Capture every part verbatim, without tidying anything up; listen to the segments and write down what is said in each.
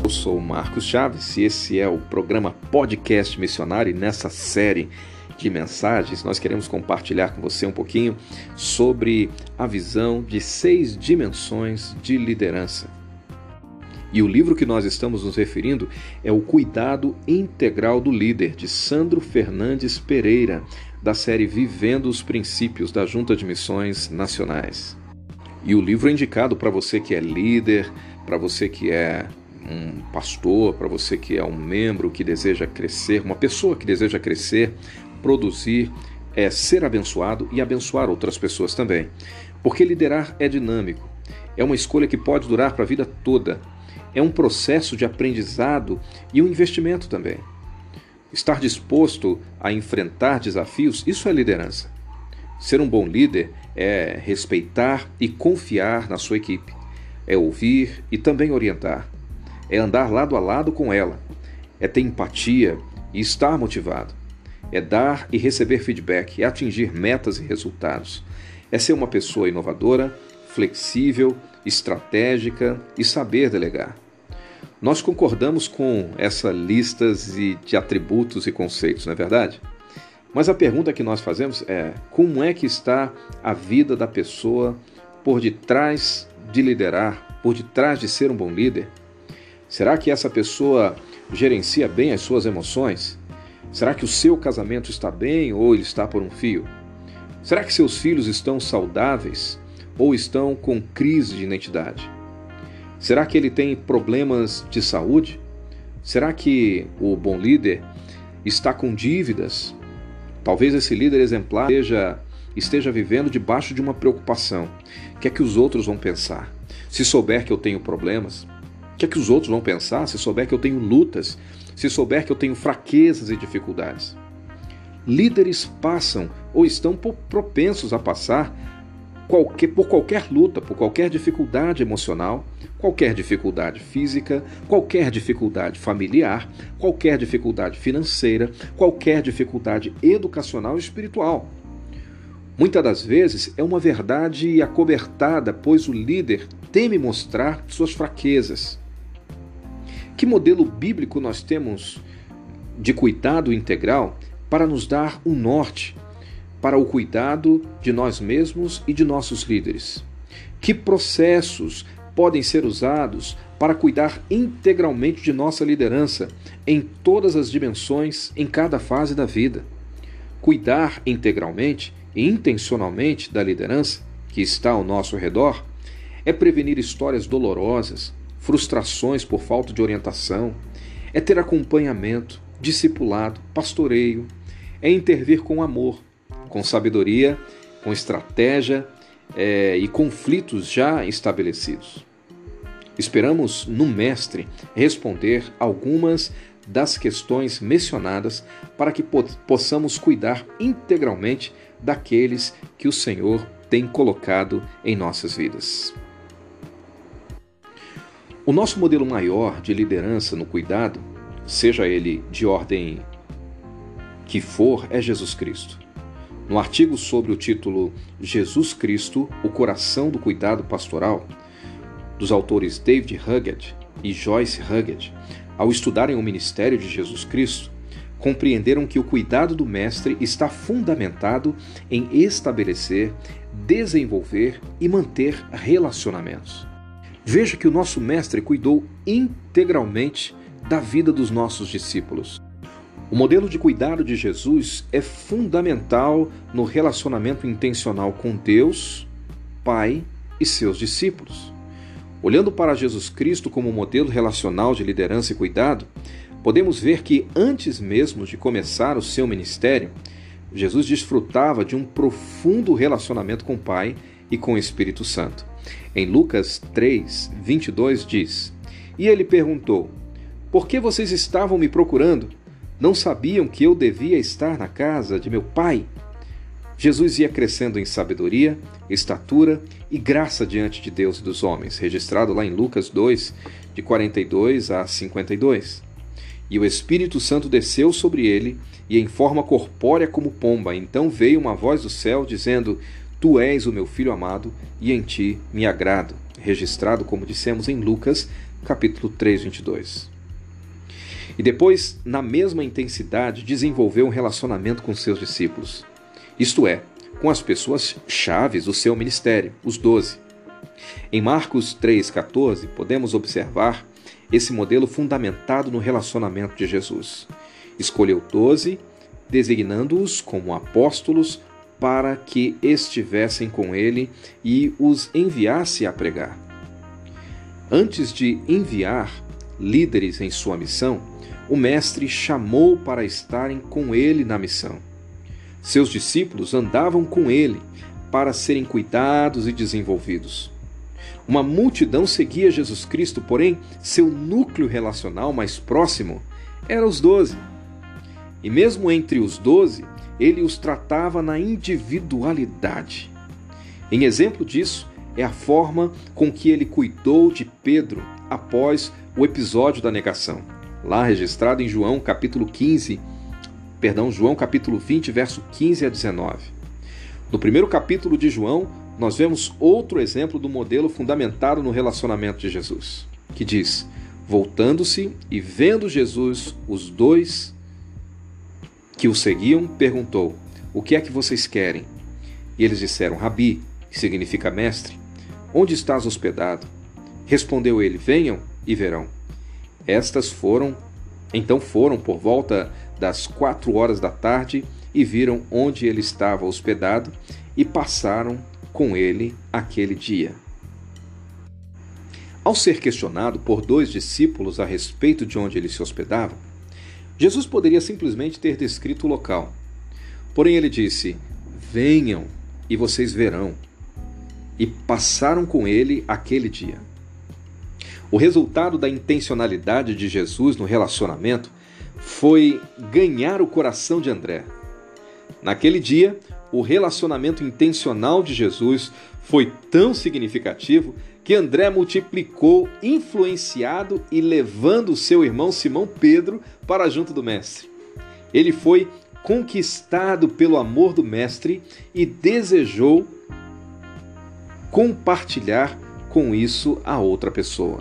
Eu sou o Marcos Chaves e esse é o programa Podcast Missionário. E nessa série de mensagens nós queremos compartilhar com você um pouquinho sobre a visão de seis dimensões de liderança. E o livro que nós estamos nos referindo é O Cuidado Integral do Líder, de Sandro Fernandes Pereira, da série Vivendo os Princípios da Junta de Missões Nacionais. E o livro é indicado para você que é líder, para você que é um pastor, para você que é um membro que deseja crescer, uma pessoa que deseja crescer, produzir, é, ser abençoado e abençoar outras pessoas também. Porque liderar é dinâmico, é uma escolha que pode durar para a vida toda, é um processo de aprendizado e um investimento também. Estar disposto a enfrentar desafios, isso é liderança. Ser um bom líder é respeitar e confiar na sua equipe, é ouvir e também orientar, é andar lado a lado com ela, é ter empatia e estar motivado, é dar e receber feedback, é atingir metas e resultados, é ser uma pessoa inovadora, flexível, estratégica e saber delegar. Nós concordamos com essa lista de atributos e conceitos, não é verdade? Mas a pergunta que nós fazemos é: como é que está a vida da pessoa por detrás de liderar, por detrás de ser um bom líder? Será que essa pessoa gerencia bem as suas emoções? Será que o seu casamento está bem ou ele está por um fio? Será que seus filhos estão saudáveis ou estão com crise de identidade? Será que ele tem problemas de saúde? Será que o bom líder está com dívidas? Talvez esse líder exemplar esteja, esteja vivendo debaixo de uma preocupação. O que é que os outros vão pensar? Se souber que eu tenho problemas, o que é que os outros vão pensar se souber que eu tenho lutas, se souber que eu tenho fraquezas e dificuldades? Líderes passam ou estão propensos a passar qualquer, por qualquer luta, por qualquer dificuldade emocional, qualquer dificuldade física, qualquer dificuldade familiar, qualquer dificuldade financeira, qualquer dificuldade educacional e espiritual. Muitas das vezes é uma verdade acobertada, pois o líder teme mostrar suas fraquezas. Que modelo bíblico nós temos de cuidado integral para nos dar um norte para o cuidado de nós mesmos e de nossos líderes? Que processos podem ser usados para cuidar integralmente de nossa liderança em todas as dimensões, em cada fase da vida? Cuidar integralmente e intencionalmente da liderança que está ao nosso redor é prevenir histórias dolorosas, frustrações por falta de orientação, é ter acompanhamento, discipulado, pastoreio, é intervir com amor, com sabedoria, com estratégia é, e conflitos já estabelecidos. Esperamos no Mestre responder algumas das questões mencionadas para que po- possamos cuidar integralmente daqueles que o Senhor tem colocado em nossas vidas. O nosso modelo maior de liderança no cuidado, seja ele de ordem que for, é Jesus Cristo. No artigo sobre o título Jesus Cristo, o coração do cuidado pastoral, dos autores David Huggett e Joyce Huggett, ao estudarem o ministério de Jesus Cristo, compreenderam que o cuidado do Mestre está fundamentado em estabelecer, desenvolver e manter relacionamentos. Veja que o nosso Mestre cuidou integralmente da vida dos nossos discípulos. O modelo de cuidado de Jesus é fundamental no relacionamento intencional com Deus, Pai e seus discípulos. Olhando para Jesus Cristo como modelo relacional de liderança e cuidado, podemos ver que antes mesmo de começar o seu ministério, Jesus desfrutava de um profundo relacionamento com o Pai e com o Espírito Santo. Em Lucas três, vinte e dois diz: E ele perguntou: Por que vocês estavam me procurando? Não sabiam que eu devia estar na casa de meu Pai? Jesus ia crescendo em sabedoria, estatura e graça diante de Deus e dos homens, registrado lá em Lucas dois, de quarenta e dois a cinquenta e dois. E o Espírito Santo desceu sobre ele, e em forma corpórea como pomba, então veio uma voz do céu dizendo: Tu és o meu Filho amado, e em ti me agrado. Registrado, como dissemos, em Lucas capítulo três, vinte e dois. E depois, na mesma intensidade, desenvolveu um relacionamento com seus discípulos, isto é, com as pessoas chaves do seu ministério, os doze. Em Marcos três, quatorze, podemos observar esse modelo fundamentado no relacionamento de Jesus. Escolheu doze, designando-os como apóstolos para que estivessem com ele e os enviasse a pregar. Antes de enviar líderes em sua missão, o Mestre chamou para estarem com ele na missão. Seus discípulos andavam com ele para serem cuidados e desenvolvidos. Uma multidão seguia Jesus Cristo, porém, seu núcleo relacional mais próximo era os doze. E mesmo entre os doze, ele os tratava na individualidade. Em exemplo disso, é a forma com que ele cuidou de Pedro após o episódio da negação, lá registrado em João capítulo quinze, perdão, João capítulo vinte, verso quinze a dezenove. No primeiro capítulo de João, nós vemos outro exemplo do modelo fundamentado no relacionamento de Jesus, que diz: voltando-se e vendo Jesus, os dois que o seguiam, perguntou: o que é que vocês querem? E eles disseram: Rabi, que significa mestre, onde estás hospedado? Respondeu ele: venham e verão. Estas foram, então foram por volta das quatro horas da tarde e viram onde ele estava hospedado e passaram com ele aquele dia. Ao ser questionado por dois discípulos a respeito de onde ele se hospedava, Jesus poderia simplesmente ter descrito o local. Porém ele disse: venham e vocês verão. E passaram com ele aquele dia. O resultado da intencionalidade de Jesus no relacionamento foi ganhar o coração de André. Naquele dia, o relacionamento intencional de Jesus foi tão significativo que André multiplicou, influenciado e levando seu irmão Simão Pedro para junto do Mestre. Ele foi conquistado pelo amor do Mestre e desejou compartilhar com isso a outra pessoa.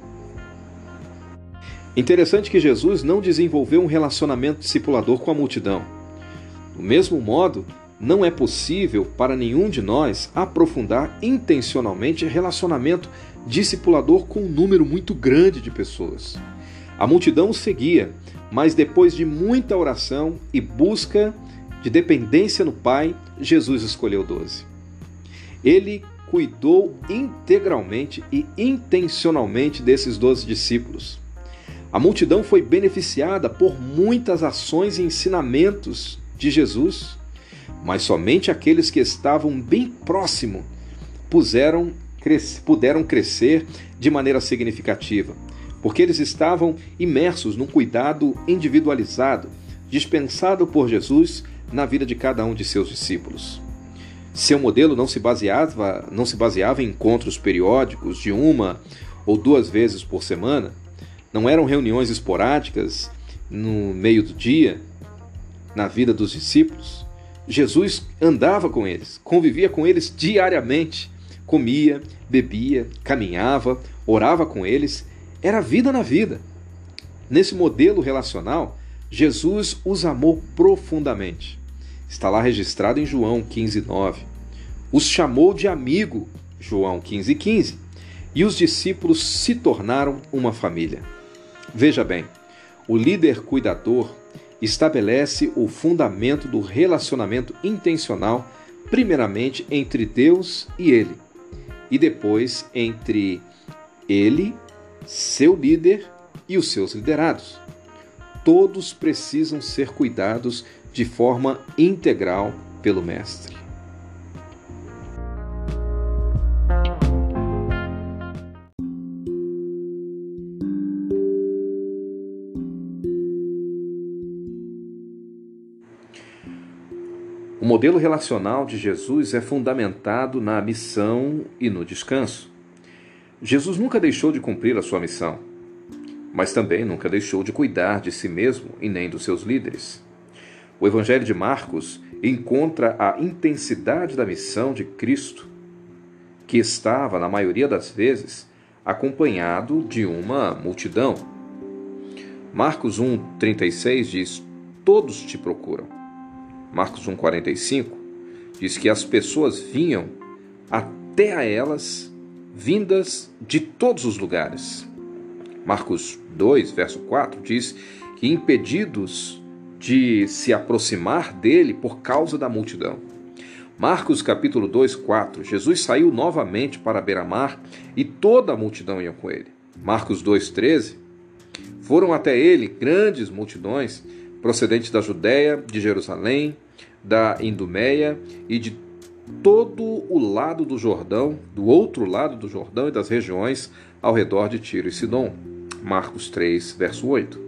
Interessante que Jesus não desenvolveu um relacionamento discipulador com a multidão. Do mesmo modo, não é possível para nenhum de nós aprofundar intencionalmente relacionamento discipulador com um número muito grande de pessoas. A multidão o seguia, mas depois de muita oração e busca de dependência no Pai, Jesus escolheu doze. Ele cuidou integralmente e intencionalmente desses doze discípulos. A multidão foi beneficiada por muitas ações e ensinamentos de Jesus, mas somente aqueles que estavam bem próximo puseram, cres, puderam crescer de maneira significativa, porque eles estavam imersos num cuidado individualizado, dispensado por Jesus na vida de cada um de seus discípulos. Seu modelo não se baseava, não se baseava em encontros periódicos de uma ou duas vezes por semana, não eram reuniões esporádicas no meio do dia, na vida dos discípulos. Jesus andava com eles, convivia com eles diariamente, comia, bebia, caminhava, orava com eles, era vida na vida. Nesse modelo relacional, Jesus os amou profundamente. Está lá registrado em João quinze, nove. Os chamou de amigo, João quinze, quinze. E os discípulos se tornaram uma família. Veja bem, o líder cuidador estabelece o fundamento do relacionamento intencional, primeiramente entre Deus e ele, e depois entre ele, seu líder e os seus liderados. Todos precisam ser cuidados de forma integral pelo Mestre. O modelo relacional de Jesus é fundamentado na missão e no descanso. Jesus nunca deixou de cumprir a sua missão, mas também nunca deixou de cuidar de si mesmo e nem dos seus líderes. O Evangelho de Marcos encontra a intensidade da missão de Cristo, que estava, na maioria das vezes, acompanhado de uma multidão. Marcos um, trinta e seis diz: todos te procuram. Marcos um, quarenta e cinco diz que as pessoas vinham até a elas, vindas de todos os lugares. Marcos dois, verso quatro diz que impedidos de se aproximar dele por causa da multidão. Marcos capítulo dois, quatro, Jesus saiu novamente para a beira-mar e toda a multidão ia com ele. Marcos dois, treze, foram até ele grandes multidões procedentes da Judéia, de Jerusalém, da Idumeia e de todo o lado do Jordão, do outro lado do Jordão e das regiões ao redor de Tiro e Sidom. Marcos três, verso oito.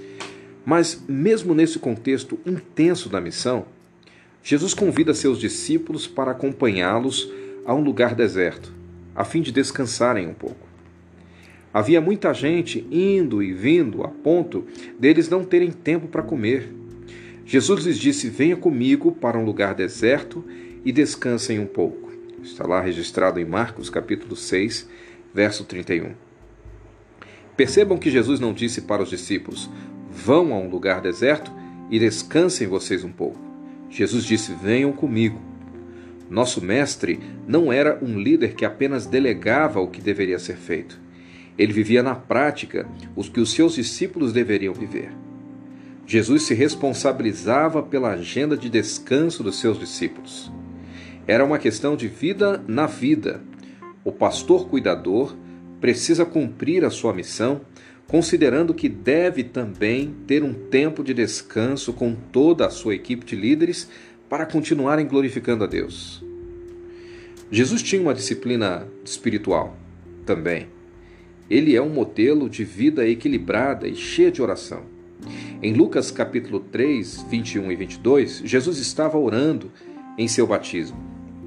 Mas mesmo nesse contexto intenso da missão, Jesus convida seus discípulos para acompanhá-los a um lugar deserto, a fim de descansarem um pouco. Havia muita gente indo e vindo a ponto deles não terem tempo para comer. Jesus lhes disse: venha comigo para um lugar deserto e descansem um pouco. Está lá registrado em Marcos capítulo seis, verso trinta e um. Percebam que Jesus não disse para os discípulos: vão a um lugar deserto e descansem vocês um pouco. Jesus disse: venham comigo. Nosso mestre não era um líder que apenas delegava o que deveria ser feito. Ele vivia na prática os que os seus discípulos deveriam viver. Jesus se responsabilizava pela agenda de descanso dos seus discípulos. Era uma questão de vida na vida. O pastor cuidador precisa cumprir a sua missão, considerando que deve também ter um tempo de descanso com toda a sua equipe de líderes para continuarem glorificando a Deus. Jesus tinha uma disciplina espiritual também. Ele é um modelo de vida equilibrada e cheia de oração. Em Lucas capítulo três, vinte e um e vinte e dois, Jesus estava orando em seu batismo.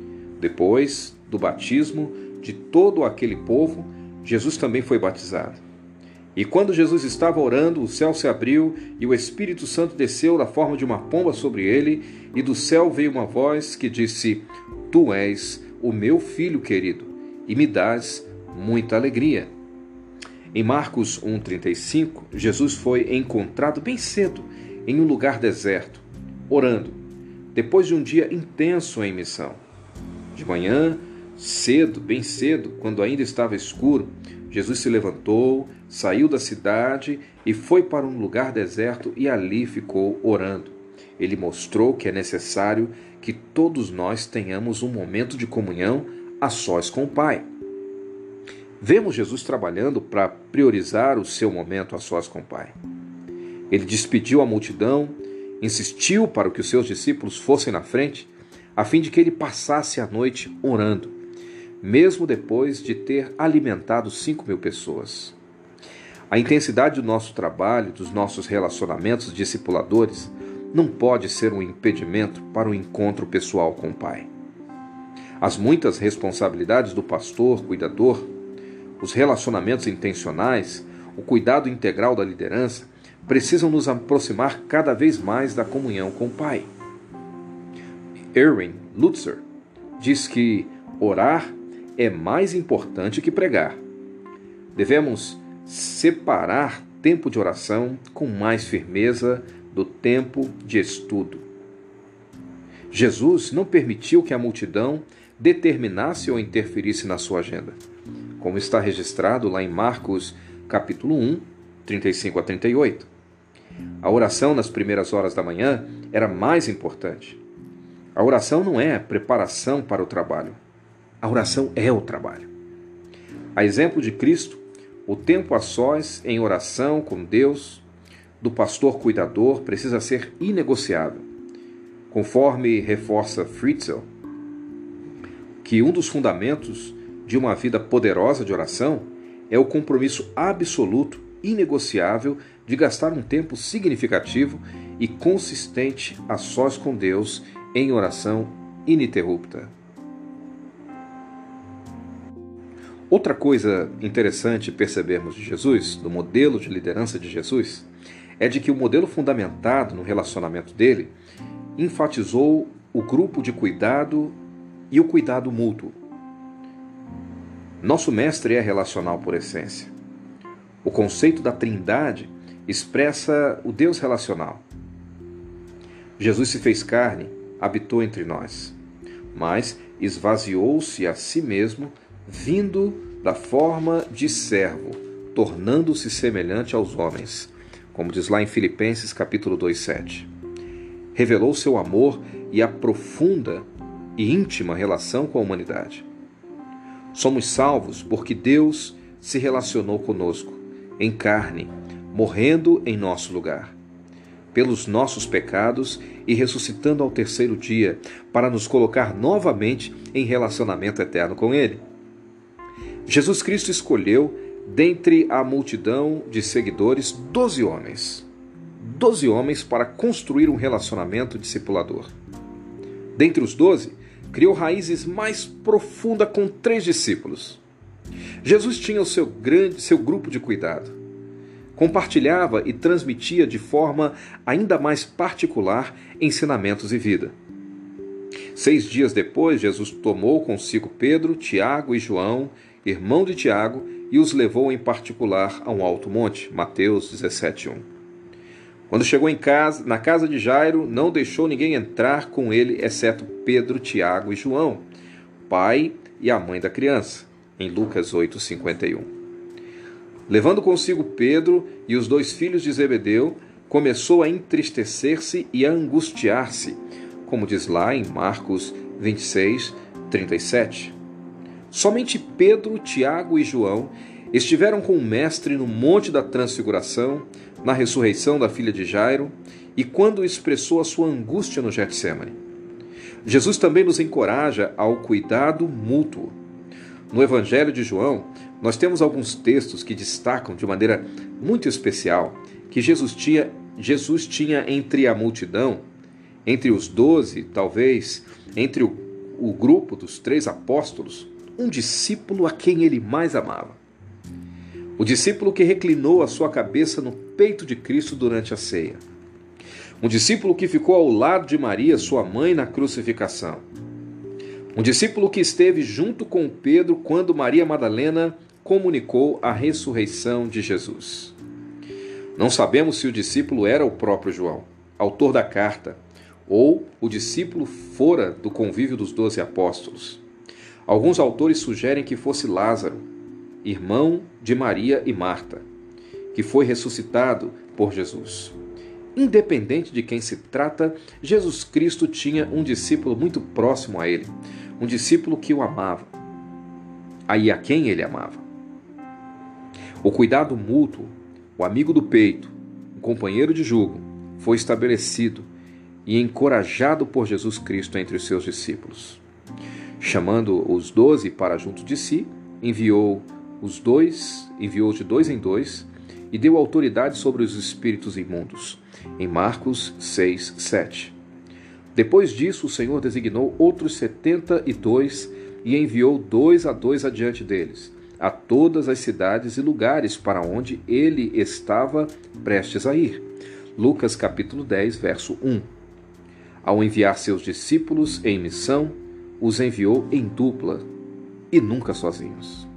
Depois do batismo de todo aquele povo, Jesus também foi batizado. E quando Jesus estava orando, o céu se abriu e o Espírito Santo desceu na forma de uma pomba sobre ele, e do céu veio uma voz que disse: Tu és o meu filho querido, e me dás muita alegria. Em Marcos um, trinta e cinco, Jesus foi encontrado bem cedo em um lugar deserto, orando, depois de um dia intenso em missão. De manhã, cedo, bem cedo, quando ainda estava escuro, Jesus se levantou, saiu da cidade e foi para um lugar deserto e ali ficou orando. Ele mostrou que é necessário que todos nós tenhamos um momento de comunhão a sós com o Pai. Vemos Jesus trabalhando para priorizar o seu momento a sós com o Pai. Ele despediu a multidão, insistiu para que os seus discípulos fossem na frente, a fim de que ele passasse a noite orando, mesmo depois de ter alimentado cinco mil pessoas. A intensidade do nosso trabalho, dos nossos relacionamentos discipuladores, não pode ser um impedimento para o encontro pessoal com o Pai. As muitas responsabilidades do pastor, cuidador, os relacionamentos intencionais, o cuidado integral da liderança, precisam nos aproximar cada vez mais da comunhão com o Pai. Erwin Lutzer diz que orar é mais importante que pregar. Devemos separar tempo de oração com mais firmeza do tempo de estudo. Jesus não permitiu que a multidão determinasse ou interferisse na sua agenda, como está registrado lá em Marcos capítulo um, trinta e cinco a trinta e oito. A oração nas primeiras horas da manhã era mais importante. A oração não é preparação para o trabalho. A oração é o trabalho. A exemplo de Cristo, o tempo a sós em oração com Deus, do pastor cuidador, precisa ser inegociável. Conforme reforça Fritzl, que um dos fundamentos de uma vida poderosa de oração é o compromisso absoluto, inegociável, de gastar um tempo significativo e consistente a sós com Deus em oração ininterrupta. Outra coisa interessante percebermos de Jesus, do modelo de liderança de Jesus, é de que o modelo fundamentado no relacionamento dele enfatizou o grupo de cuidado e o cuidado mútuo. Nosso mestre é relacional por essência. O conceito da Trindade expressa o Deus relacional. Jesus se fez carne, habitou entre nós, mas esvaziou-se a si mesmo, vindo da forma de servo, tornando-se semelhante aos homens, como diz lá em Filipenses capítulo dois, sete. Revelou seu amor e a profunda e íntima relação com a humanidade. Somos salvos porque Deus se relacionou conosco, em carne, morrendo em nosso lugar, pelos nossos pecados e ressuscitando ao terceiro dia, para nos colocar novamente em relacionamento eterno com Ele. Jesus Cristo escolheu, dentre a multidão de seguidores, doze homens. Doze homens para construir um relacionamento discipulador. Dentre os doze, criou raízes mais profundas com três discípulos. Jesus tinha o seu, grande, seu grupo de cuidado. Compartilhava e transmitia de forma ainda mais particular ensinamentos e vida. Seis dias depois, Jesus tomou consigo Pedro, Tiago e João, irmão de Tiago, e os levou em particular a um alto monte. Mateus dezessete, um. Quando chegou em casa, na casa de Jairo, não deixou ninguém entrar com ele, exceto Pedro, Tiago e João, pai e a mãe da criança, em Lucas oito, cinquenta e um. Levando consigo Pedro e os dois filhos de Zebedeu, começou a entristecer-se e a angustiar-se, como diz lá em Marcos vinte e seis, trinta e sete. Somente Pedro, Tiago e João estiveram com o Mestre no Monte da Transfiguração, na ressurreição da filha de Jairo e quando expressou a sua angústia no Getsêmani. Jesus também nos encoraja ao cuidado mútuo. No Evangelho de João, nós temos alguns textos que destacam de maneira muito especial que Jesus tinha, Jesus tinha entre a multidão, entre os doze, talvez, entre o, o grupo dos três apóstolos, um discípulo a quem ele mais amava. O discípulo que reclinou a sua cabeça no peito de Cristo durante a ceia. Um discípulo que ficou ao lado de Maria, sua mãe, na crucificação. Um discípulo que esteve junto com Pedro quando Maria Madalena comunicou a ressurreição de Jesus. Não sabemos se o discípulo era o próprio João, autor da carta, ou o discípulo fora do convívio dos doze apóstolos. Alguns autores sugerem que fosse Lázaro, irmão de Maria e Marta, que foi ressuscitado por Jesus. Independente de quem se trata, Jesus Cristo tinha um discípulo muito próximo a ele, um discípulo que o amava, aí a quem ele amava. O cuidado mútuo, o amigo do peito, o companheiro de jugo, foi estabelecido e encorajado por Jesus Cristo entre os seus discípulos. Chamando os doze para junto de si, enviou os dois, enviou de dois em dois e deu autoridade sobre os espíritos imundos, em Marcos seis, sete. Depois disso, o Senhor designou outros setenta e dois e enviou dois a dois adiante deles, a todas as cidades e lugares para onde ele estava prestes a ir. Lucas capítulo dez, verso um. Ao enviar seus discípulos em missão, os enviou em dupla e nunca sozinhos.